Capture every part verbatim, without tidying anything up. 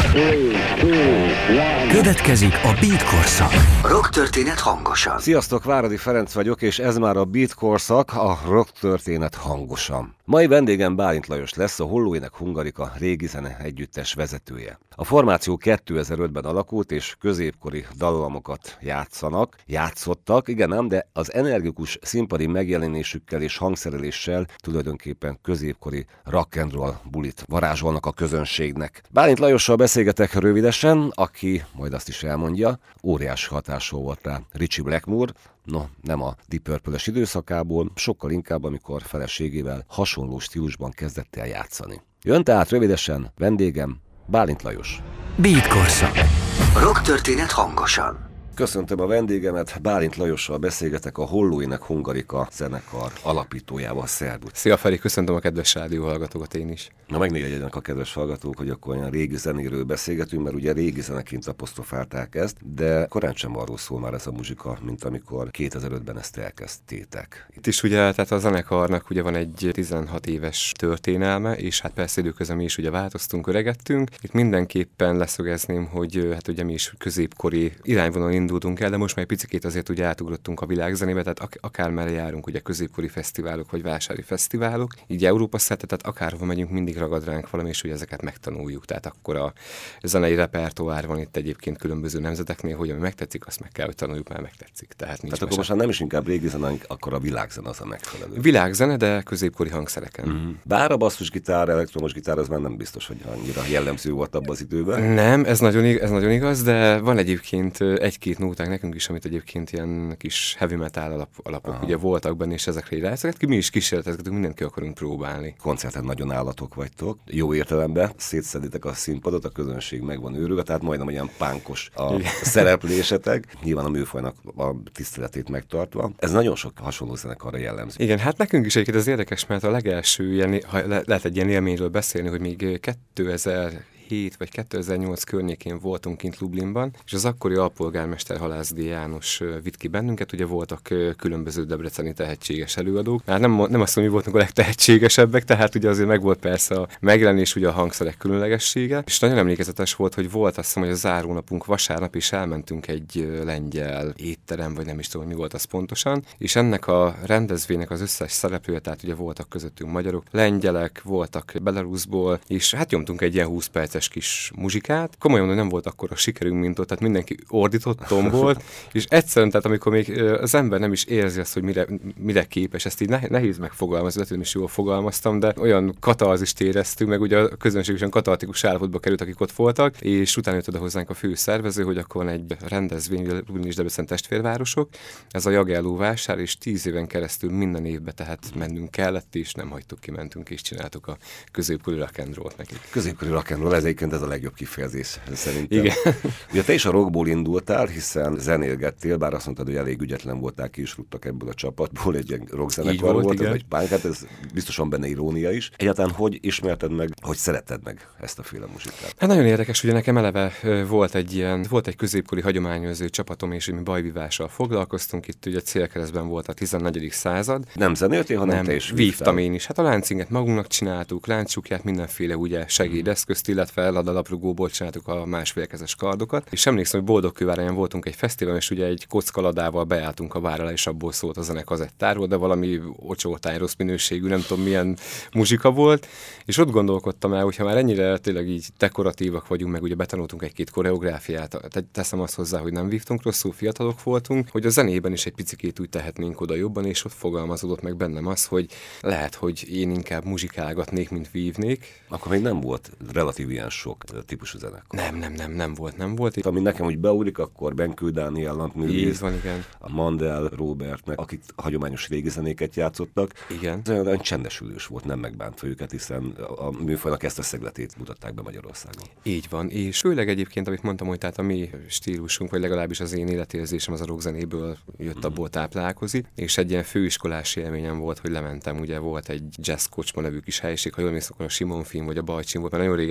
Következik a Beat korszak. Rock történet hangosan. Sziasztok, Váradi Ferenc vagyok, és ez már a Beat korszak, a rock történet hangosan. Mai vendégem Bálint Lajos lesz, a Hollóének Hungarika régi zene együttes vezetője. A formáció kétezer-ötben alakult, és középkori dalomokat játszanak, játszottak, igen ám, de az energikus színpadi megjelenésükkel és hangszereléssel tulajdonképpen középkori rock and roll bulit varázsolnak a közönségnek. Bálint Lajossal beszélgetek rövidesen, aki majd azt is elmondja, óriási hatással volt rá Ritchie Blackmore, no, nem a Deep Purple-es időszakából, sokkal inkább, amikor feleségével hasonló stílusban kezdett el játszani. Jön tehát rövidesen vendégem, Bálint Lajos. Beat korszak. Rock történet hangosan. Köszöntöm a vendégemet, Bálint Lajossal beszélgetek, a Hollóének Hungarika zenekar alapítójával. Szervusz! Szia Feri, köszöntöm a kedves rádióhallgatókat én is. Na megnézjenek a kedves hallgatók, hogy akkor olyan régi zenéről beszélgetünk, mert ugye régi zeneként apostrofálták ezt, de korán sem arról szól már ez a muzsika, mint amikor kétezer-ötben ezt elkezdtétek. Itt is ugye, tehát a zenekarnak ugye van egy tizenhat éves történelme, és hát persze időközben mi is ugye változtunk, öregettünk. Itt mindenképpen leszögezném, hogy hát ugye mi is középkori irányvonalon indultunk el, de most már egy picikét azért ugye átugrottunk a világzenébe, tehát ak- akármerre járunk, ugye középkori fesztiválok vagy vásári fesztiválok, így Európa szerte, tehát akárhova megyünk, mindig ragad ránk valami, és ugye ezeket megtanuljuk. Tehát akkor a zenei repertoár van itt egyébként különböző nemzeteknél, hogy ami megtetszik, azt meg kell, hogy tanuljuk, már megtetszik. Tehát, tehát akkor most már nem is inkább régi zene, akkor a világzene az a megfelelő. Világzene, de középkori hangszereken. Mm-hmm. Bár a basszusgitár, elektromos gitár az már nem biztos, hogy annyira jellemző volt abban az időben. Nem, ez nagyon, igaz, ez nagyon igaz, de van egyébként egy-két nóták nekünk is, amit egyébként ilyen kis heavy metal alap, alapok Aha. ugye voltak benne, és ezekre így rászeket, mi is kísérletezgetünk, mindent ki akarunk próbálni. Koncerten nagyon állatok vagytok, jó értelemben, szétszeditek a színpadot, a közönség meg van őrülve, tehát majdnem olyan pánkos a Igen. szereplésetek, nyilván a műfajnak a tiszteletét megtartva. Ez nagyon sok hasonló zenekarra jellemző. Igen, hát nekünk is egyébként ez érdekes, mert a legelső, ilyen, ha le, lehet egy ilyen élményről beszélni, hogy még kétezer-hét vagy kétezer-nyolc környékén voltunk kint Lublinban, és az akkori alpolgármester Halászdi János vitt ki bennünket, ugye voltak különböző debreceni tehetséges előadók. Hát nem, nem azt mondom, hogy voltunk a legtehetségesebbek, tehát ugye azért megvolt persze a megjelenés, ugye a hangszerek különlegessége, és nagyon emlékezetes volt, hogy volt azt hiszem, hogy a zárónapunk vasárnap is elmentünk egy lengyel étterem, vagy nem is tudom, mi volt az pontosan, és ennek a rendezvénynek az összes szereplője, tehát ugye voltak közöttünk magyarok, lengyelek, voltak Belarusból, és hát nyomtunk egy ilyen húsz perces kis muzsikát. Komolyan mondom, nem volt akkor a sikerünk, mint ott, tehát mindenki ordított, tombolt, és egyszerűen, tehát amikor még az ember nem is érzi azt, hogy mire, mire képes, ezt így nehéz megfogalmazni, lehet, hogy nem is jól fogalmaztam, de olyan katarzist éreztünk, meg ugye a közönség is olyan katartikus állapotba került, akik ott voltak, és utána jött oda hozzánk a fő szervező, hogy akkor van egy rendezvény, Lublin és Debrecen testvérvárosok, ez a Jagelló vásár, és tíz éven keresztül minden évben tehát mennünk kellett, és nem hagytuk ki, mentünk és csináltuk a középkori rock and rollt nekik. Középkori rock and roll, ez egyébként ez a legjobb kifejezés szerintem. Igen. Ugye te is a rockból indultál, hiszen zenélgettél, bár azt mondtad, hogy elég ügyetlen voltál, ki is rúgtak ebből a csapatból, egy ilyen rockzenekar volt, volt ez egy punk, hát ez biztosan benne irónia is. Egyáltalán hogy ismerted meg, hogy szeretted meg ezt a féle muzsikát? Hát nagyon érdekes, ugye nekem eleve volt egy ilyen, volt egy középkori hagyományőrző csapatom, és mi bajvívással foglalkoztunk, itt ugye Célkeresztben volt a tizennegyedik század. Nem zenéltél, hanem nem, te is vívtam én is. Hát a láncinget magunknak csináltuk, láncsukját, mindenféle ugye segédeszközt, illetve eladalaprugóból csináltuk a másfélkezes kardokat. És emlékszem, hogy Boldogkővárhelyen voltunk egy fesztiválon, és ugye egy kockaladával beálltunk a vár alá, és abból szólt a zenekazettáról, de valami ocsótány rossz minőségű, nem tudom milyen muzsika volt. És ott gondolkodtam el, hogyha már ennyire tényleg így dekoratívak vagyunk, meg ugye betanultunk egy-két koreográfiát, teszem azt hozzá, hogy nem vívtunk rosszul, fiatalok voltunk, hogy a zenében is egy picikét úgy tehetnénk oda jobban, és ott fogalmazódott meg bennem az, hogy lehet, hogy én inkább muzsikálgatnék, mint vívnék. Akkor még nem volt relatív ilyen sok típusú zenekar. Nem, nem, nem, nem volt, nem volt. Ami nekem úgy beúlik, akkor Benkő Dániel landművész, van, igen. A Mandel Robertnek, akik hagyományos régi zenéket játszottak. Igen. Ez olyan csendesülős volt, nem megbántva őket, hiszen a műfajnak ezt a szegletét mutatták be Magyarországon. Így van, és főleg egyébként, amit mondtam, hogy tehát a mi stílusunk, vagy legalábbis az én életérzésem az a rockzenéből jött, abból táplálkozik, és egy ilyen főiskolás élményem volt, hogy lementem, ugye volt egy jazz kocsma nevű kis helyiség, ha jól emlékszem, akkor a Simon film vagy a Bajcsin volt, mert nagyon régen volt, nem is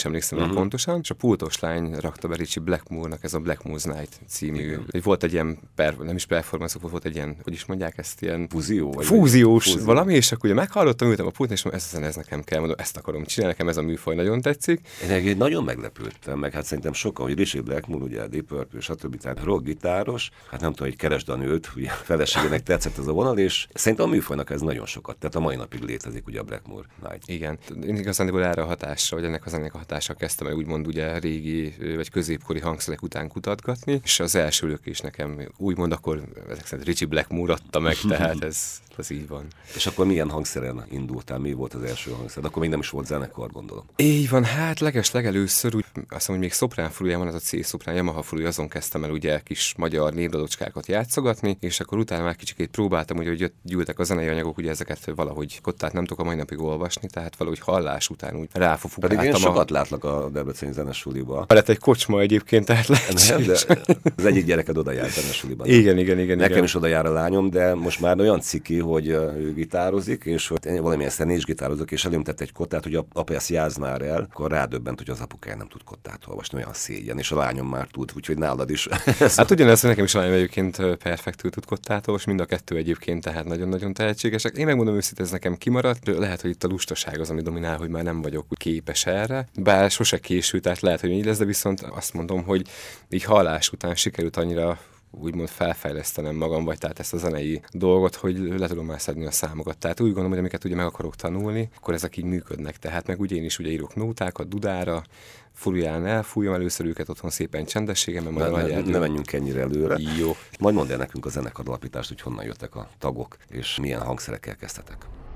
emlékszem uh-huh. pontosan, és a pultos lány rakta be Richie Blackmore-nak ez a Black Moon's Night című. Egy volt egy ilyen, per, nem is performance, volt egy ilyen, hogy is mondják ezt, ilyen fúzió, vagy fúziós fúzió. Valami, és akkor ugye meghallottam, ültem a pulton, és mondom, ez a zene, ez nekem kell, mondom, ezt akarom csinálni, nekem ez a műfaj nagyon tetszik. Én nagyon meglepődtem, meg hát szerintem sokan, hogy Richie Blackmore, ugye a Deep Purple, stb. Tehát rock gitáros, hát nem tudom, hogy keresd a nőt, ugye feleségének tetszett ez a vonal, és szerintem a műfajnak ez nagyon sokat, tehát a mai napig létezik ugye a Blackmore Night. Igen, én igazándiból erre a hatásra, vagy ennek az ennek a hatása kezdtem el úgymond ugye régi vagy középkori hangszerek után kutatgatni, és az első lökés nekem úgymond akkor ezek szerint Richie Blackmore adta meg, tehát ez, ez így van. És akkor milyen hangszeren indultál, mi volt az első hangszer? Akkor még nem is volt zenekar, gondolom. Így van, hát leges legelőször, úgy, azt mondom, hogy még szoprán furuján van, az a C-szoprán, Yamaha furuj, azon kezdtem el ugye kis magyar névdalocskákat játszogatni, és akkor utána már kicsikét próbáltam, ugye, hogy gyűltek a zenei anyagok, ugye ezeket valahogy kottát nem tudok a mai napig olvasni, tehát valahogy hallás után úgy ráfofukáltam. Pedig én sokat a... látlak a Debreceni zenesuliba. Lett egy kocsma egyébként, tehát lehetséges. Az egyik gyereked oda jár zenesuliban. Igen, igen, igen. Nekem igen. is oda jár a lányom, de most már olyan ciki, hogy ő gitározik, és hogy én valamilyen szer is gitározok, és elömtett egy kottát, hogy apa ezt játsz már el, akkor rádöbbent, hogy az apukája nem tud kottát olvasni, olyan szégyen, és a lányom már tud, úgyhogy nálad is. Hát ugyanez, nekem is a lányom egyébként perfektül tud kottát olvasni, mind a kettő egyébként, tehát nagyon-nagyon tehetségesek. Én megmondom őszintén, ez nekem kimaradt, lehet, hogy itt a lustaság az, ami dominál, hogy már nem vagyok képes erre, bár sose késő, tehát lehet, hogy így lesz, de viszont azt mondom, hogy így hallás után sikerült annyira úgymond felfejlesztenem magam, vagy tehát ezt a zenei dolgot, hogy le tudom már szedni a számokat. Tehát úgy gondolom, hogy amiket ugye meg akarok tanulni, akkor ezek így működnek. Tehát meg ugye én is ugye írok nótákat dudára, furuján elfújom először őket otthon szépen csendességemben, majd ne, nagy ne, ne menjünk ennyire előre. Jó. Majd mondd el nekünk a zenekar alapítást, hogy honnan jöttek a tagok, és milyen hangszerekkel kezdtetek.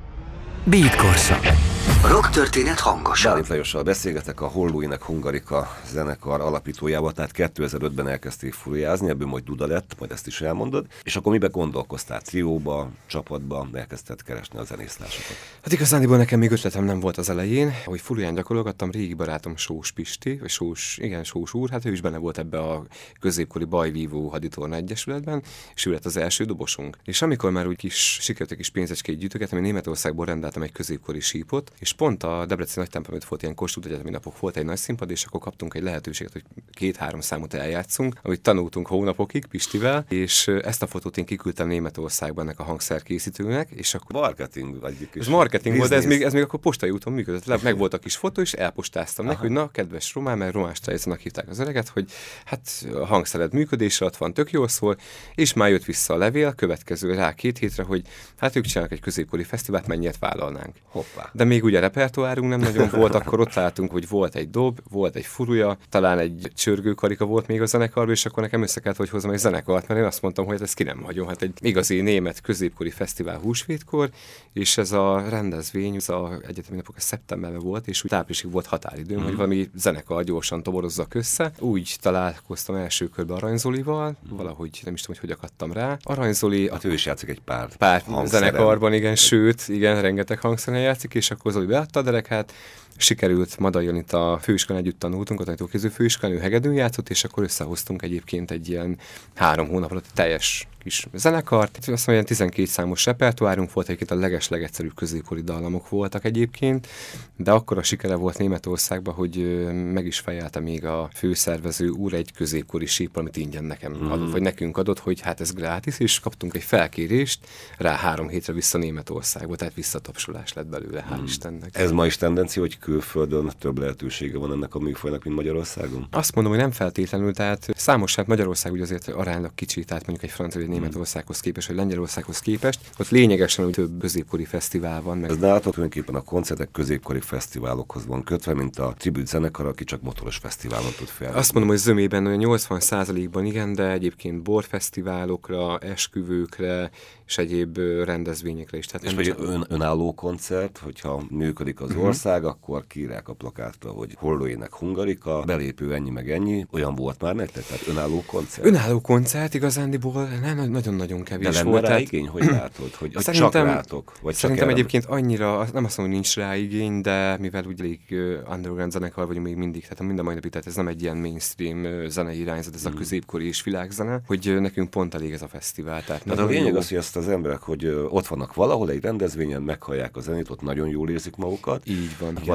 Beat korszak. Rock történet hangosan. Bálint Lajossal beszélgetek, a Hollóinek Hungarika zenekar alapítójával, tehát kétezer-ötben elkezdték furujázni, ebből majd duda lett, majd ezt is elmondod, és akkor miben gondolkoztál? Trióba, csapatba, elkezdted keresni a zenésztársakat? Hát igazániból nekem még ötletem nem volt az elején, hogy furuján gyakorolgattam, régi barátom Sós Pisti, vagy Sós, igen, Sós úr, hát ő is benne volt ebbe a középkori bajvívó haditorna egyesületben, és ő lett az első dobosunk. És amikor már úgy kis sikerült egy kis pénzecskét gyűjtögettem, én Németországból rendeltem egy középkori sípot, és pont a Debreceni nagy templom előtt volt ilyen Kossuth egyetemi napok, volt egy nagy színpad, és akkor kaptunk egy lehetőséget, hogy két-három számot eljátszunk, amit tanultunk hónapokig Pistivel, és ezt a fotót én kiküldtem Németországban ennek a hangszerkészítőnek, és akkor marketing vagy ez marketing volt, de ez még, ez még akkor postai úton működött. Meg volt a kis fotó, és elpostáztam neki, hogy na, kedves Román, mert Román Strejcnak hívták az öreget, hogy hát a hangszered működésre ott van, tök jól szól, és már jött vissza a levél, következő rá két hétre, hogy hát ők csinálnak egy középkori fesztivált, mennyit vállalnánk. Hoppá. De még ugye repertoárunk nem nagyon volt, akkor ott álltunk, hogy volt egy dob, volt egy furuja, talán egy csörgőkarika volt még a zenekarban, és akkor nekem össze kellett, hogy hozzam egy zenekart, mert én azt mondtam, hogy ezt ki nem hagyom. Hát egy igazi német középkori fesztivál húsvétkor, és ez a rendezvény, az a egyetemi napok a szeptemberben volt, és úgy áprilisig volt határidőm, mm. hogy valami zenekar gyorsan toborozzak össze. Úgy találkoztam első körben Arany Zolival, mm. valahogy nem is tudom, hogy hogy akadtam rá. Arany Zoli, hát ő is játszik egy pár, pár zenekarban, igen, sőt, igen, rengeteg hangszeren játszik, és akkor Zoli beadta a derekát, sikerült Madaljon itt a főiskolán együtt tanultunk, a tanítóképző főiskolán, ő hegedűn játszott, és akkor összehoztunk egyébként egy ilyen három hónap alatt teljes kis zenekart. Azt mondja, ilyen tizenkét számos repertoárunk volt, egyébként a leges-legegyszerűbb középkori dallamok voltak egyébként, de akkor a sikere volt Németországban, hogy meg is fejelte még a főszervező úr egy középkori síp, amit ingyen nekem mm. adott, vagy nekünk adott, hogy hát ez gratis, és kaptunk egy felkérést rá három hétre vissza Németországba, tehát visszatapsolás lett belőle, hál' mm. Istennek. Ez ma is tendencia, hogy külföldön több lehetősége van ennek a műfajnak, mint Magyarországon? Azt mondom, hogy nem feltétlenül, tehát számos, hát Magyarország ugye azért aránylag kicsi, tehát mondjuk egy francia, vagy Németországhoz képest, vagy Lengyelországhoz képest, ott lényegesen hogy több középkori fesztivál van. Meg... Ez nálatok tulajdonképpen a koncertek középkori fesztiválokhoz van kötve, mint a tribute zenekar, aki csak motoros fesztiválon tud fel. Azt mondom, hogy zömében olyan nyolcvan százalékban igen, de egyébként borfesztiválokra, esküvőkre és egyéb rendezvényekre is. Tehát és vagy csak... ön, önálló koncert, hogyha működik az uh-huh. ország, akkor kiírják a plakátra, hogy Hollóinek Hungarika, belépő ennyi meg ennyi. Olyan volt már nektek? Tehát önálló koncert? Önálló koncert igazándiból nem, nagyon-nagyon kevés de lenne volt. rá tehát... igény, hogy látod? Hogy, hogy szerintem, csak rátok? Vagy szerintem csak egyébként annyira, nem azt mondom, hogy nincs rá igény, de mivel úgy elég underground zenekar vagyunk még mindig, tehát mind a mai napig, tehát ez nem egy ilyen mainstream zenei irányzat, ez mm. a középkori és világzene, hogy nekünk pont elég ez a fesztivál. Tehát hát a lényeg az, hogy ezt az emberek, hogy ott vannak valahol egy rendezvényen, meghallják a zenét, ott nagyon jól érzik magukat. Így van. Van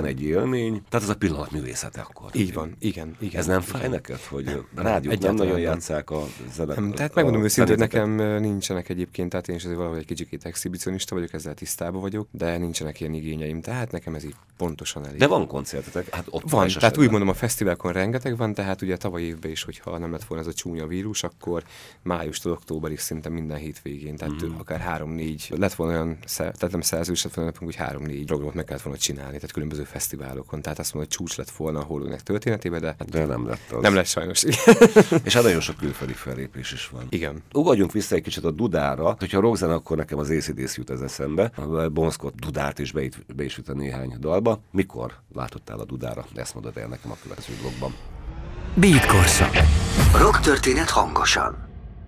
egy élmény, tehát ez a pillanat művészete akkor. Így van, igen. igen ez nem igen. fáj neked, hogy a rádiót nem nagyon játsszák a zenek? Nem, tehát megmondom őszintén, hogy nekem nincsenek egyébként, tehát én is azért valahogy egy kicsit exhibicionista vagyok, ezzel tisztában vagyok, de nincsenek ilyen igényeim, tehát nekem ez így pontosan elég. De van koncertetek? Hát ott van, tehát úgy mondom, a fesztiválokon rengeteg van, tehát ugye tavaly évben is, hogyha nem lett volna ez a csúnya vírus, akkor májustól októberig szinte minden hétvégén, tehát mm. akár három-négy, lett volna olyan, tehát nem szerzős lett volna, hogy három-négy programot meg kellett volna csinálni, tehát különböző fesztiválokon, tehát azt mondom, hogy csúcs lett volna a Hollóinek történetében, de, hát de nem lett az. Nem lett sajnos. És hát nagyon sok külföldi fellépés is van. Igen. Ugorjunk vissza egy kicsit a Dudára, hogyha a rockzene, akkor nekem az á cé dé cé jut ez eszembe. Bon Scott Dudát is be, be is jut a néhány dalba. Mikor látottál a Dudára? Ezt mondod el nekem a következő blogban. Beat korszak. Rock történet hangosan.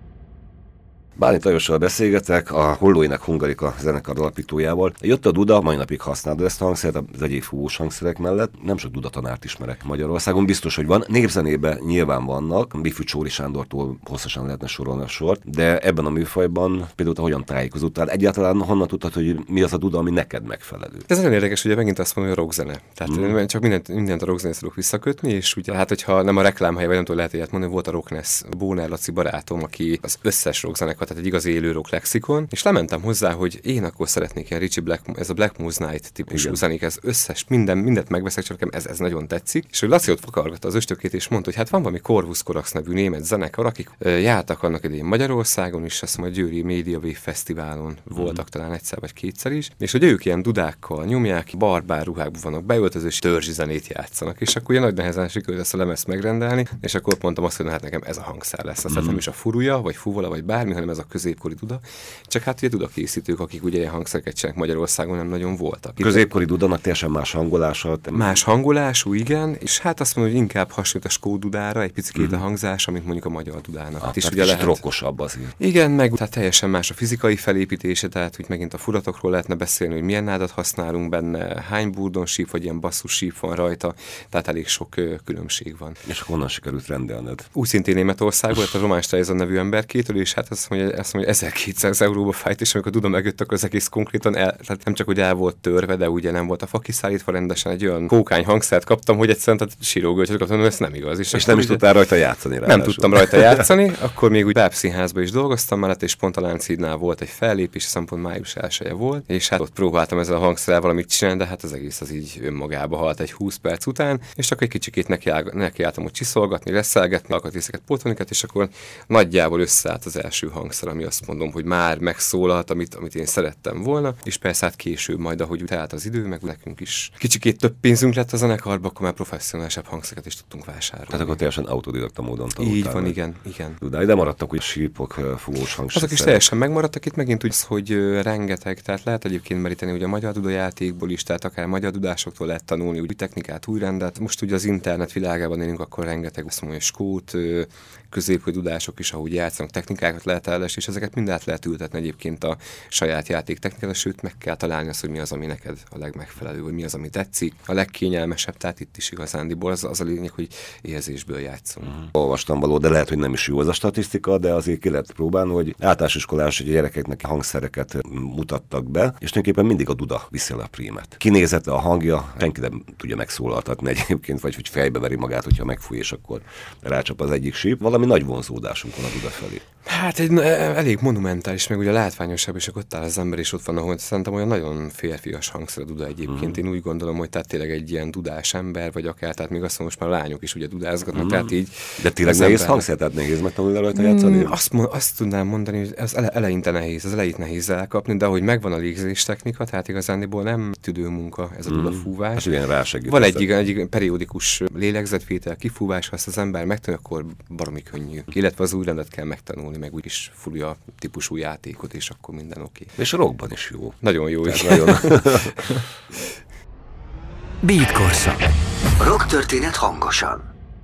Bálint Lajossal beszélgetek, a Hollóinek Hungarika zenekar alapítójával. Jött a Duda, mai napig használod ezt a hangszert, az egyéb fúvós hangszerek mellett. Nem sok Duda tanárt ismerek Magyarországon, biztos, hogy van. Népzenében nyilván vannak, Bifű Csóri Sándortól hosszasan lehetne sorolni a sort, de ebben a műfajban például te hogyan tájékozottál? Egyáltalán honnan tudtad, hogy mi az a Duda, ami neked megfelelő? Ez nagyon érdekes, ugye megint azt mondom, hogy a rockzene. Tehát mm. csak mindent, mindent a rockzene tudok visszakötni, és ugye hát, hogyha nem a reklámhely, vagy nem tudom, lehet ilyet mondani, volt a Rockness, Bóner Laci barátom, aki az összes rockzenekar, tehát egy igazi élő rock lexikon, és lementem hozzá, hogy én akkor szeretnék ilyen Richie Black, ez a Black Moose Night típusú zenék, ez összes, minden, mindent megveszek, csak nekem ez, ez nagyon tetszik. És hogy Laci ott fakargatta az östökét, és mondta, hogy hát van valami Corvus Corax nevű német zenekar, akik e, jártak annak idején Magyarországon is, azt mondom, a Győri Media Wave Fesztiválon voltak mm. talán egyszer vagy kétszer is, és hogy ők ilyen dudákkal nyomják, barbár ruhákban vannak beöltöző, és törzsi zenét játszanak. És akkor ugye nagy nehezen sikerült ezt a lemezt megrendelni, és akkor mondtam azt, hogy hát nekem ez a hangszer lesz. Azt mm. nem is a furuja, vagy fuvola, vagy bármi, hanem ez a középkori Duda. Csak hát ugye Duda-készítők, akik ugye ilyen hangszereket csinálnak Magyarországon, nem nagyon voltak. Középkori Dudának teljesen más hangolása. Más hangolású, igen, és hát azt mondom, hogy inkább hasonlít a Skó Dudára, egy picit mm. a hangzás, mint mondjuk a magyar Dudának. Ah, is hát ugye lehet rokkosabb azért. Igen, meg tehát teljesen más a fizikai felépítése, tehát hogy megint a furatokról lehetne beszélni, hogy milyen nádat használunk benne, hány burdonsíp, vagy ilyen basszussíp van rajta, tehát elég sok ö, különbség van. És honnan sikerült rendelned? Úgy szintén Németországból, a Román Streisand nevű emberkétől, és hát azt mondja, azt mondja ezerkétszáz euróba fájt, és amikor Duda megjött, akkor az egész konkrétan el, tehát nem csak hogy el volt törve, de ugye nem volt a fa kiszállítva rendesen, egy olyan kókány hangszert kaptam, hogy egyszerűen tehát sírógölcsöt kaptam, hogy ez nem igaz. És, és nem is tudtál rajta játszani rá. Nem tudtam rajta játszani, akkor még úgy Bábszínházban is dolgoztam mellett, és pont a Lánchídnál volt egy fellépés, hiszen pont május elsője volt, és hát ott próbáltam ezzel a hangszerrel valamit csinálni, de hát az egész az így önmagába halt egy húsz perc után, és akkor egy kicsikét nekiálltam ott csiszolgatni, reszelgetni, alkatrészeket, pótolnikat, és akkor nagyjából összeállt az első hangszer, ami azt mondom, hogy már megszólalt, amit, amit én szerettem volna, és persze hát később majd, ahogy elállt az idő, meg nekünk is kicsikét több pénzünk lett a zenekarba, akkor már professzionálisabb hangszereket is tudtunk vásárolni. Tehát akkor teljesen autodidakta módon tanultál. Így van, igen, igen. De ide maradtak úgy sípok, fúvós hangszerek. Azok is teljesen megmaradtak, itt megint úgy, hogy rengeteg, tehát lehet egyébként meríteni ugye a magyar duda játékból is, tehát akár magyar dudásoktól lehet tanulni úgy technikát, új rendet. Most ugye az internet világában élünk, akkor rengeteg, azt mondom, hogy skót, középkori dudások is, ahogy játszanak, technikákat lehet ellesni, és ezeket mind át lehet ültetni egyébként a saját játéktechnikát, sőt meg kell találni azt, hogy mi az, ami neked a legmegfelelőbb, vagy mi az, ami tetszik, a legkényelmesebb, tehát itt is igazándiból az, az a lényeg, hogy érzésből játszunk. Uh-huh. Olvastam való, de lehet, hogy nem is jó az a statisztika, de azért ki lehet próbálni, hogy általános iskolás, hogy a gyerekeknek hangszereket mutattak be, és tulajdonképpen mindig a duda viszi el a prímet. Kinézete, a hangja, senki nem tudja megszólaltatni egyébként, vagy hogy fejbe veri magát, hogyha megfúj, és akkor rácsap az egyik síp. Valami nagy vonzódásunk van a duda felé. Hát egy elég monumentális, meg ugye látványosabb, és akkor ott áll az ember, és ott van, ahol szerintem olyan nagyon férfias hangszer a duda egyébként. Mm. Én úgy gondolom, hogy tehát tényleg egy ilyen dudás ember, vagy akár, tehát még azt mondom, most már a lányok is ugye dudázgatnak, mm. tehát így. De tényleg nehéz ember... hangszer, tehát nehéz megtanulni rajta játszani? Mm, azt, azt tudnám mondani, hogy ez ele, eleinte nehéz, az elejét nehéz elkapni, de ahogy megvan a légzés technika, tehát igazándiból nem tüdőmunka ez a mm. dudafúvás. Hát igen, rásegít. Van egy, egy, egy periódikus lélegzetvétel, kifúvás, ha ezt az ember megtanul, akkor baromi könnyű. Illetve az új rendet kell megtanulni, meg úgyis furja típusú játékot, és akkor minden oké. Okay. És a rockban is jó. Nagyon jó is. Nagyon. Beat korszak. Rock történet hangosan.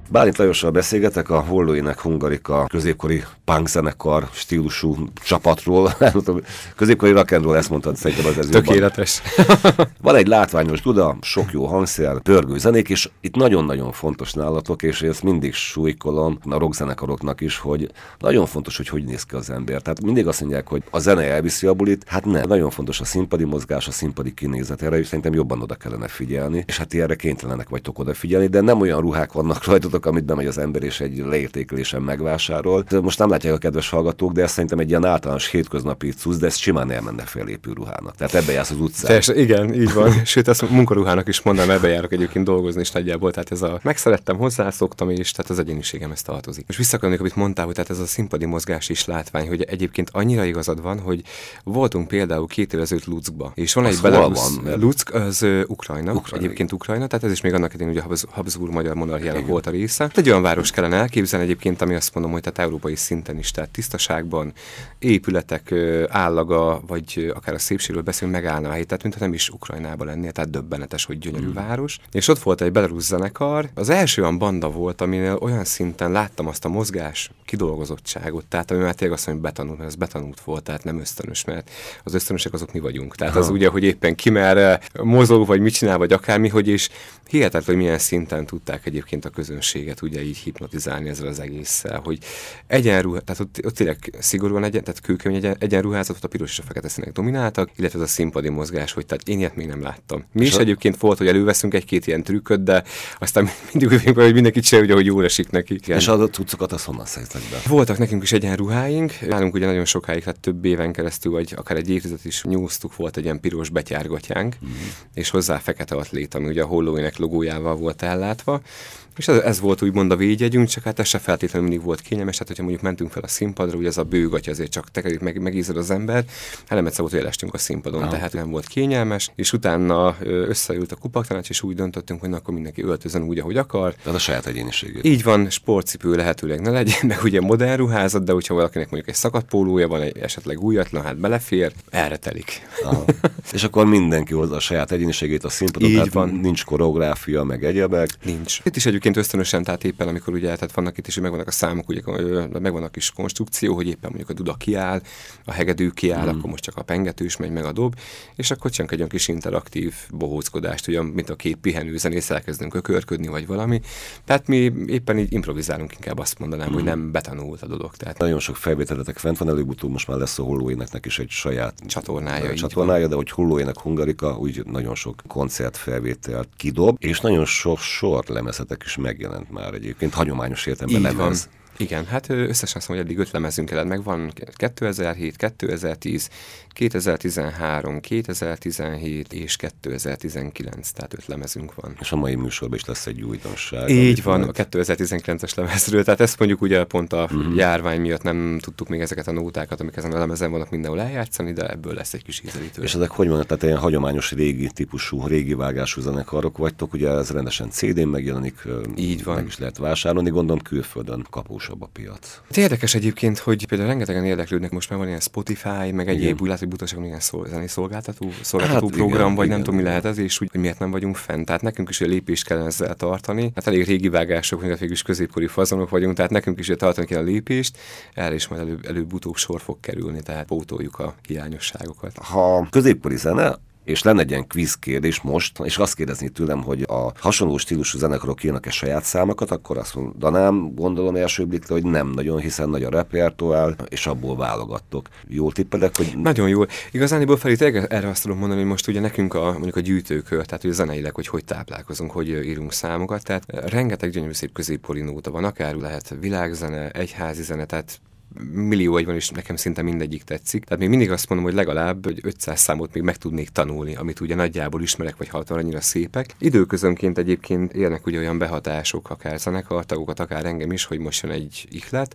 Bálint Lajossal beszélgetek a Hollóének Hungarika középkori punk zenekar stílusú csapatról. Középkori rock and roll, ezt mondtad, szerintem az ez tökéletes. Van egy látványos duda, sok jó hangszer, pörgő zenék, és itt nagyon-nagyon fontos nálatok, és ezt mindig súlykolom a rockzenekaroknak is, hogy nagyon fontos, hogy hogy néz ki az ember. Tehát mindig azt mondják, hogy a zene elviszi a bulit, hát nem. Nagyon fontos a színpadi mozgás, a színpadi kinézet, erre is szerintem jobban oda kellene figyelni, és hát erre kénytelenek vagytok odafigyelni, de nem olyan ruhák vannak rajtatok, amit bemegy az ember és egy leértékelésen megvásárol. Most nem látják a kedves hallgatók, de ez szerintem egy ilyen általános hétköznapi cucc, de ez simán elmenne fellépő ruhának. Tehát ebbe jársz az utcán. Teljes, igen, így van. Sőt, ezt munkaruhának is mondanám, ebbe járok egyébként dolgozni is nagyjából. Tehát ez a megszerettem, hozzászoktam, és tehát az egyéniségem ezt tartozik. Most visszakannék, amit mondtál, hogy tehát ez a színpadi mozgás is látvány, hogy egyébként annyira igazad van, hogy voltunk például két évvel ezelőtt Luckba, és van egy Belarus. Luck az uh, Ukrajna, Ukrajna, egyébként Ukrajna, tehát ez is még annak idején ugye a Habsburg magyar monarchiának volt a része. Egy olyan város kellene elképzelni egyébként, ami azt mondom, hogy tehát európai szinten is, tehát tisztaságban, épületek állaga, vagy akár a szépségről beszélünk, megállna a hely, tehát mintha nem is Ukrajnában lennél, tehát döbbenetes, hogy gyönyörű mm. város. És ott volt egy belarus zenekar, az első olyan banda volt, aminél olyan szinten láttam azt a mozgás kidolgozottságot, tehát ami már tényleg azt mondom, hogy betanult, mert ez betanult volt, tehát nem ösztönös, mert az ösztönösek azok mi vagyunk. Tehát ha. Az ugye, hogy éppen ki merre mozog, vagy mit csinál, vagy akármi, hogy is hihetetlen, hogy milyen szinten tudták egyébként a közönséget ugye így hipnotizálni ezzel az egésszel, hogy egyenruha, tehát ott, ott tényleg szigorúan egyen, tehát kőkemény egyen, egyenruházatot a piros és a fekete színek domináltak, illetve az a színpadi mozgás, hogy tehát én ilyet még nem láttam. Mi és is a... egyébként volt, hogy előveszünk egy-két ilyen trükköt, de aztán mindig úgy hogy mindenki csinálja, hogy jól esik neki. Igen. És a cuccokat azt honnan szedtek be? Voltak nekünk is egyenruháink, nálunk ugye nagyon sokáig, tehát több éven keresztül, vagy akár egy évtized is nyúztuk, volt egy ilyen piros betyárgatyánk, mm. és hozzá fekete atlét, ami ugye a Hollóének logójával volt ellátva. És ez, ez volt úgymond a védjegyünk, csak hát ez se feltétlenül mindig volt kényelmes, tehát hogyha mondjuk mentünk fel a színpadra, ugye ez a bőgatya azért csak tekerjük, meg, megízad az ember, hát egyszer volt, hogy elestünk a színpadon, ah. tehát nem volt kényelmes, és utána összeült a kupaktanács, és úgy döntöttünk, hogy na, akkor mindenki öltözön úgy, ahogy akar. Tehát a saját egyéniségét. Így van, sportcipő lehetőleg ne legyen, meg ugye modern ruházat, de hogyha valakinek mondjuk egy szakadt pólója van, egy esetleg újatlan, hát belefér, erre telik. És akkor mindenki hozza a saját egyéniségét a színpadon, tehát van. Nincs koreográfia, meg egyebek. Nincs. Itt is egyébként ösztönösen, tehát éppen amikor ugye, tehát vannak itt is, hogy megvannak a számok, ugye megvannak a kis konstrukció, hogy éppen mondjuk a duda kiáll, a hegedű kiáll, mm. akkor most csak a pengetős megy meg a dob, és akkor csinálunk egy olyan kis interaktív bohóckodást, ugye, mint a két pihenő zenész elkezdünk ökörködni, vagy valami. Tehát mi éppen így improvizálunk, inkább azt mondanám, mm. hogy nem betanult a dolog. Tehát nagyon sok felvételetek fent van, előbb-utóbb most már lesz a Hollóéneknek is egy saját csatornája, csatornája, de hogy Hollóének Hungarika úgy nagyon sok koncertfelvételt kidob, és nagyon sok sorlemezetek is megjelent már egyébként, hagyományos értelemben lemez. Igen, hát összesen azt mondom, hogy eddig öt lemezünk jelent, meg van kétezer-hét, kétezer-tíz, kétezer-tizenhárom, kétezer-tizenhét és kétezer-tizenkilenc, tehát öt lemezünk van. És a mai műsorban is lesz egy újdonság. Így van, majd... a kétezer-tizenkilences lemezről, tehát ezt mondjuk ugye pont a uh-huh. járvány miatt nem tudtuk még ezeket a nótákat, amik ezen a lemezen vannak mindenhol eljátszani, de ebből lesz egy kis ízelítő. És ezek hogy vannak, tehát ilyen hagyományos régi típusú, régi vágású zenekarok vagytok, ugye ez rendesen cé dén megjelenik, így van. Meg is lehet vásárolni, gondolom külföldön kapós a piac. Érdekes egyébként, hogy például rengetegen érdeklődnek, most már van ilyen Spotify, meg egyéb, úgy látszik, butaság ilyen zenei szolgáltató, szolgáltató hát, program, igen, vagy igen, nem tudom, mi lehet ez, és úgy, hogy miért nem vagyunk fent. Tehát nekünk is egy lépést kell ezzel tartani. Hát elég régi vágások, mint végül is középkori fazonok vagyunk, tehát nekünk is tartani kell a lépést, erre is majd előbb, előbb-utóbb sor fog kerülni, tehát pótoljuk a hiányosságokat. Ha középkori zene, és lenne egy ilyen quiz kérdés most, és azt kérdezni tőlem, hogy a hasonló stílusú zenekarok írnak-e saját számokat, akkor azt mondanám, gondolom első blikre, hogy nem nagyon, hiszen nagy a repertoár, és abból válogattok. Jól tippelek, hogy... Nagyon jól. Igazániból felé erre azt tudom mondani, hogy most ugye nekünk a, mondjuk a gyűjtőkör, tehát ugye zeneileg, hogy hogy táplálkozunk, hogy írunk számokat, tehát rengeteg gyönyörű szép középkori nóta van, akár lehet világzene, egyházi zene, tehát millió egy van, és nekem szinte mindegyik tetszik. Tehát még mindig azt mondom, hogy legalább hogy ötszáz számot még meg tudnék tanulni, amit ugye nagyjából ismerek, vagy hallottam, annyira szépek. Időközönként egyébként élnek ugye olyan behatások, akár zenekartagokat, akár engem is, hogy most jön egy ihlet,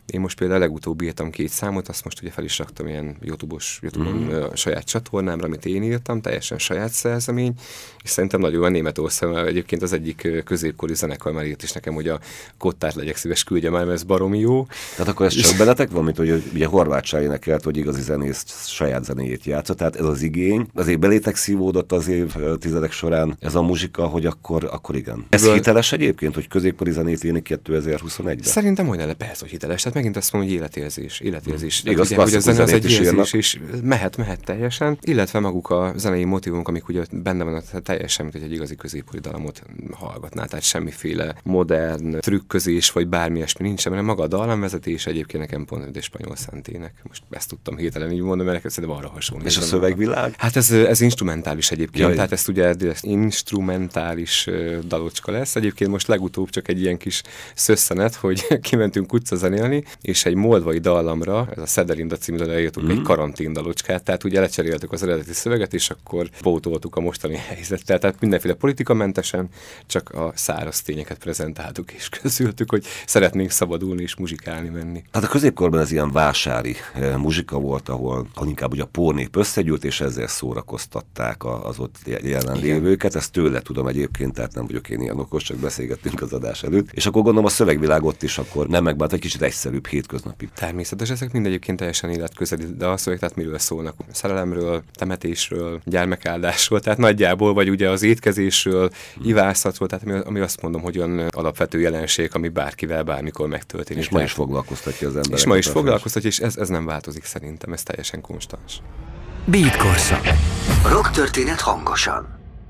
Én most például legutóbb írtam két számot, azt most ugye fel is raktam ilyen YouTube-os, YouTube-on mm. a saját csatornámra, amit én írtam, teljesen saját szerzemény, és szerintem nagyon jó a Németországban. Egyébként az egyik középkori zenekar már írt is nekem, hogy a Kottát legyek szíves, küldje már, mert ez baromi jó. Tehát akkor ez csak beletek van, mint hogy ugye Horváth Sári énekelt, hogy igazi zenész saját zenéjét játszott, tehát ez az igény, azért belétek szívódott az évtizedek során ez a muzsika, hogy akkor, akkor igen. Ez Ből... hiteles egyébként, hogy középkori zenét írni kétezer-huszonegyben? Szerintem majdnem le, persze, hogy hiteles. Tehát megint azt mondom, hogy életérzés. életérzés. Hmm. Igaz, ugye, hogy a zene az egy érzés, és mehet, mehet teljesen, illetve maguk a zenei motívumok, amik ugye benne van, teljesen, mint hogy egy igazi középkori dallamot hallgatnál, tehát semmiféle modern trükközés, vagy bármi ilyesmi nincsen, mert maga a dallamvezetés egyébként nekem pont egy spanyol szentének. Most ezt tudtam hirtelen így mondani, mert szerintem arra hasonlít. És a szövegvilág? Hát ez, ez instrumentális egyébként, Jaj. tehát ezt ugye ez instrumentális dalocska lesz. Egyébként most legutóbb csak egy ilyen kis szösszenet, hogy kimentünk utcazenélni, és egy moldvai dallamra, ez a Szederinda című dalra írtuk mm. egy karantén dalocskát, tehát ugye lecseréltük az eredeti szöveget, és akkor pótoltuk a mostani helyzettel. Tehát mindenféle politikamentesen, csak a száraz tényeket prezentáltuk, és közültük, hogy szeretnénk szabadulni és muzsikálni menni. Hát a középkorban ez ilyen vásári eh, muzsika volt, ahol inkább ugye a pornép összegyűlt, és ezzel szórakoztatták az ott jelenlévőket. Ezt tőle tudom egyébként, tehát nem vagyok én ilyen okos, csak beszélgettünk az adás előtt. És akkor gondolom a szövegvilág ott is akkor nem megbánt, egy kicsit egyszerűbb, hétköznapi. Természetesen ezek mindegyébként teljesen életközeli, de a szöveg, tehát miről szólnak? Szerelemről, temetésről, gyermekáldásról, tehát nagyjából, vagy ugye az étkezésről, hmm. ivászatról, tehát ami, ami azt mondom, hogy olyan alapvető jelenség, ami bárkivel bármikor megtörténik. És ma is foglalkoztatja az embereket. És ma is foglalkoztatja, és ez, ez nem változik szerintem, ez teljesen konstans. Beat korszak. Rock történet hangosan.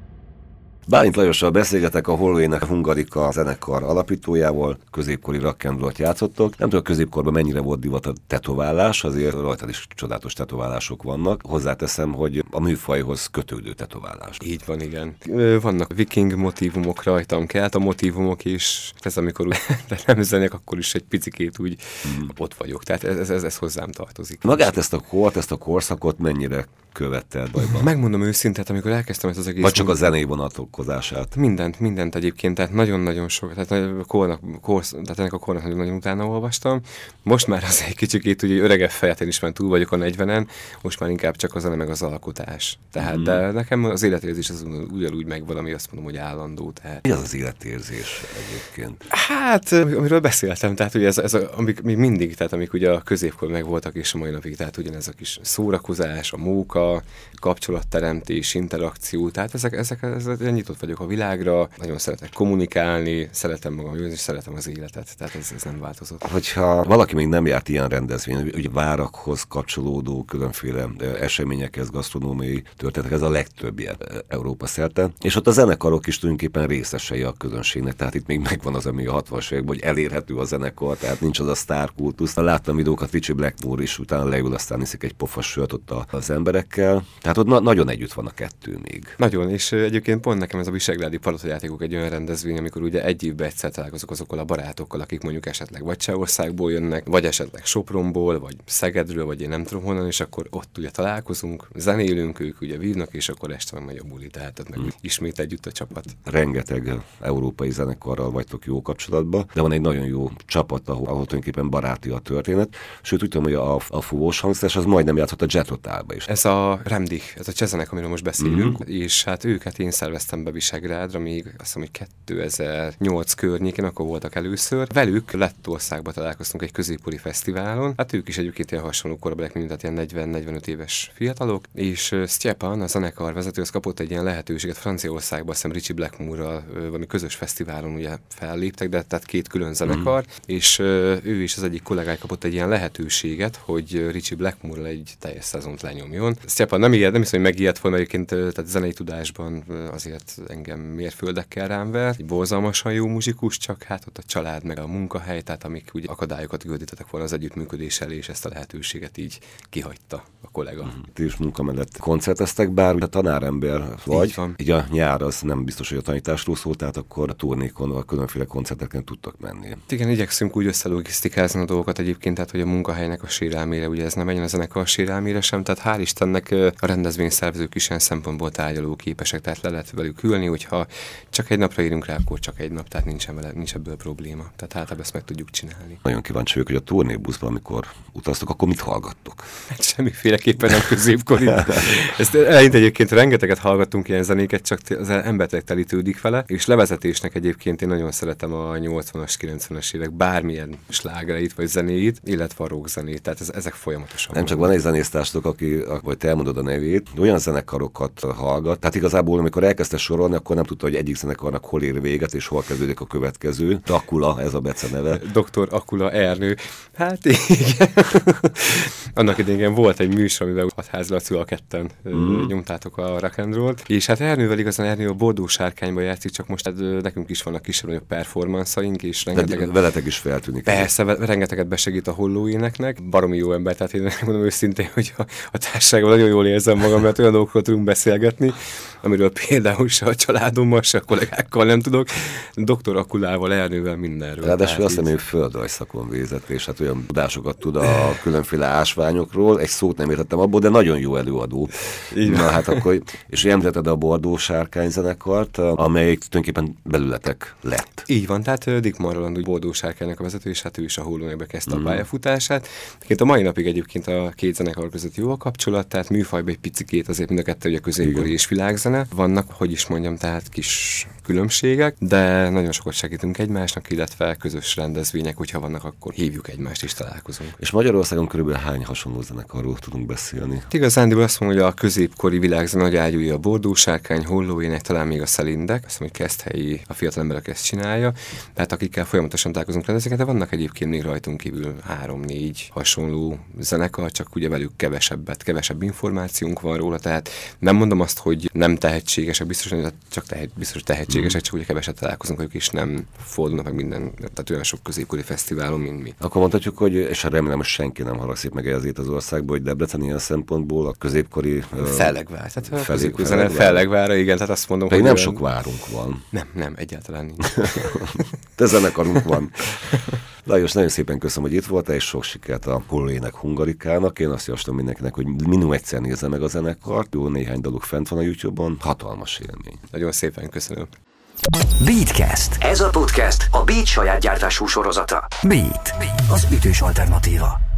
Bálint Lajossal beszélgetek, a Hollóének Hungarika zenekar alapítójával, középkori rock and rollt játszottok. Nem tudom, középkorban mennyire volt divat a tetoválás, azért rajtad is csodálatos tetoválások vannak. Hozzáteszem, hogy a műfajhoz kötődő tetoválás. Így van, igen. Vannak viking motívumok rajtam, kelt a motívumok is. Ez amikor de nem zenék, akkor is egy picikét úgy hmm. ott vagyok. Tehát ez, ez, ez hozzám tartozik. Magát ezt a kort, ezt a korszakot mennyire követted bajban? Megmondom őszintén, amikor elkezdtem ezt az egész... Vagy csak a zenei vonatkozását? Mindent, mindent egyébként, tehát nagyon-nagyon sok, tehát, a kornak, korsz, tehát ennek a kornak nagyon-nagyon utána olvastam. Most már az egy kicsikét ugye öregebb fejeten is már túl vagyok a negyvenen, most már inkább csak a zene meg az alkotás. Tehát, mm. de nekem az életérzés az ugyanúgy megvan, ami azt mondom, hogy állandó. Tehát... Mi az az életérzés egyébként? Hát, amiről beszéltem, tehát ugye ez, ez a, amik még mindig, tehát amik ugye a középkor megvoltak és a mai napig, tehát ugyanez a kis szórakozás, a móka, kapcsolatteremtés, interakció, tehát ezek, ezek, ezek nyitott vagyok a világra, nagyon szeretek kommunikálni, szeretem magam, és szeretem az életet, tehát ez, ez nem változott. Hogyha valaki még nem járt ilyen rendezvény, ugye várakhoz kapcsolódó különféle eseményekhez, gasztronómiai történetek, ez a legtöbb ilyen Európa szerte, és ott a zenekarok is tulajdonképpen részesei a közönségnek, tehát itt még megvan az, ami a hatvanas években, hogy elérhető a zenekar, tehát nincs az a sztárkultusz. Láttam videókat, Richie Blackmore is, utána leül, aztán iszik egy pofas sört ott az emberek. Tehát ott na- nagyon együtt van a kettő még. Nagyon, és egyébként pont nekem ez a visegrádi palotajátékok egy olyan rendezvény, amikor ugye egy évben egyszer találkozok azokkal a barátokkal, akik mondjuk esetleg vagy Csehországból jönnek, vagy esetleg Sopronból, vagy Szegedről, vagy én nem tudom honnan, és akkor ott ugye találkozunk, zenélünk, ők ugye vívnak, és akkor este meg megy a buli, tehát meg hmm. ismét együtt a csapat. Rengeteg európai zenekarral vagytok jó kapcsolatban, de van egy nagyon jó csapat, ahol, ahol tulajdonképpen baráti a történet. Sőt, úgy tudom, hogy a, a fúvós hangszeres az majdnem játszott a Jet Totálba is. Ez a Remdich, ez a csezenek, amiről most beszélünk, mm-hmm. és hát őket én szerveztem be Visegrádra, még azt hiszem, hogy kétezer-nyolc környékén, akkor voltak először. Velük Lettországban találkoztunk egy középkori fesztiválon, hát ők is egyébként ilyen hasonló korabeliek, mint tehát ilyen negyven-negyvenöt éves fiatalok, és Stjepan, a zenekar vezető, az kapott egy ilyen lehetőséget Franciaországban, azt hiszem Richie Blackmore-ral valami közös fesztiválon ugye felléptek, de tehát két külön zenekar, mm. és ő is az egyik kollégája kapott egy ilyen lehetőséget, hogy Richie Blackmore-ral egy teljes szezont lenyomjon. Stjepan nem ilyet, nem hiszem, hogy megijedt volna, egyébként tehát zenei tudásban azért engem mérföldekkel rám vert. Egy borzalmasan jó muzsikus, csak hát ott a család meg a munkahely, tehát amik úgy akadályokat gördítettek volna az együttműködés elé, és ezt a lehetőséget így kihagyta a kollega. Mm. Ti is munka mellett koncerteztek, bár a tanárember vagy, így, így a nyár az nem biztos, hogy a tanításról szól, tehát akkor a turnékon, a különféle koncerteken tudtak menni. Igen, igyekszünk úgy összelogisztikázni a dolgokat egyébként, tehát hogy a munkahelynek a sérelmére, ugye ez nem menjen a zenekar sérelmére sem, tehát hál' Istennek a rendezvényszervezők is ilyen szempontból tárgyalóképesek, tehát le lehet velük tudjuk ülni, hogyha csak egy napra írunk rá, akkor csak egy nap, tehát nincsen vele, nincs ebből probléma. Tehát általában ezt meg tudjuk csinálni. Nagyon kíváncsi vagyok, hogy a turnébuszban, amikor utaztok, akkor mit hallgattok? Hát semmiféleképpen nem középkori. Ezt eleinte egyébként rengeteget hallgattunk ilyen zenéket, csak az embertek telítődik vele, és levezetésnek egyébként én nagyon szeretem a nyolcvanas, kilencvenes évek bármilyen slágereit vagy zenéit, illetve a rock zenét, tehát ez, ezek folyamatosan. Nem csak van egy zenésztársatok, aki, vagy te elmondod a nevét, olyan zenekarokat hallgat, tehát igazából amikor elkezdte sorolni, akkor nem tudta, hogy egyik zenekarnak hol ér véget, és hol kezdődik a következő. Akula, ez a Bece neve. doktor Akula Ernő. Hát igen. Annak idején volt egy műsor, amivel Hatházi Lacival ketten mm. nyomtátok a rock and roll-t, és hát Ernővel igazán Ernő a Bordó Sárkányban játszik, csak most hát, nekünk is vannak kisebb performanceaink, és rengeteget... Veletek is feltűnik. Persze, rengeteget besegít a hollóéneknek. Baromi jó ember, tehát én mondom őszintén, hogy a, a társaságban nagyon jól érzem magam, mert olyan dolgokról tudunk beszélgetni, amiről például se a családommal, se a kollégákkal nem tudok. doktor Akulával, Ernővel mindenről. Ráadásul azt hiszem, hogy földrajzszakon végzett, és hát olyan tudásokat tud a különféle ásványokról. Egy szót nem értettem abból, de nagyon jó előadó. Így Na hát akkor, és említetted a Bordó Sárkány zenekart, amelyik tulajdonképpen belületek lett. Így van, tehát Dick Marland, Bordó Sárkánynak a vezető, és hát ő is a hollónékbe kezdte mm. a pályafutását. Egyébként a mai napig egyébként a két zenekar között jó a kapcsolat, tehát műfajban egy picikét azért mind a kettő ugye középkori és világzene. Vannak, hogy is mondjam, tehát kis különbségek, de nagyon sokat segítünk egymásnak, illetve közös rendezvények, hogyha vannak, akkor hívjuk egymást és találkozunk. És Magyarországon körülbelül hány hasonló zenekarról tudunk beszélni? Igazándiból azt mondom, hogy a középkori világzene nagy ágyúja a Bordó Sárkány, hollóének, talán még a Szelindek, azt mondom, hogy Keszthelyi, a fiatal emberek ezt csinálja, tehát akikkel folyamatosan találkozunk rendezvényeket, de vannak egyébként még rajtunk kívül három-négy hasonló zenekar, csak ugye velük kevesebbet, kevesebb információnk van róla, tehát nem mondom azt, hogy nem tehetségesek, biztos, hogy csak tehet, biztos, hogy tehetségesek, csak ugye keveset találkozunk velük, és nem fordulnak meg minden, tehát olyan sok középkori fesztiválon, mint mi. Akkor mondhatjuk, hogy, és remélem, hogy senki nem haragszik meg ezért az országból, hogy Debrecen ilyen szempontból a középkori... Fellegvár, tehát a középkori zene Fellegvárra, igen, tehát azt mondom, hogy... nem olyan... sok várunk van. Nem, nem, egyáltalán nincs. Te zenekarunk van. Lajos, nagyon szépen köszönöm, hogy itt voltál, és sok sikert a hollóének Hungarikának. Én azt javaslom mindenkinek, hogy minimum egyszer nézze meg a zenekart. Jó, néhány daluk fent van a YouTube-on. Hatalmas élmény. Nagyon szépen köszönöm. Beatcast. Ez a podcast a Beat saját gyártású sorozata. Beat, az ütős alternatíva.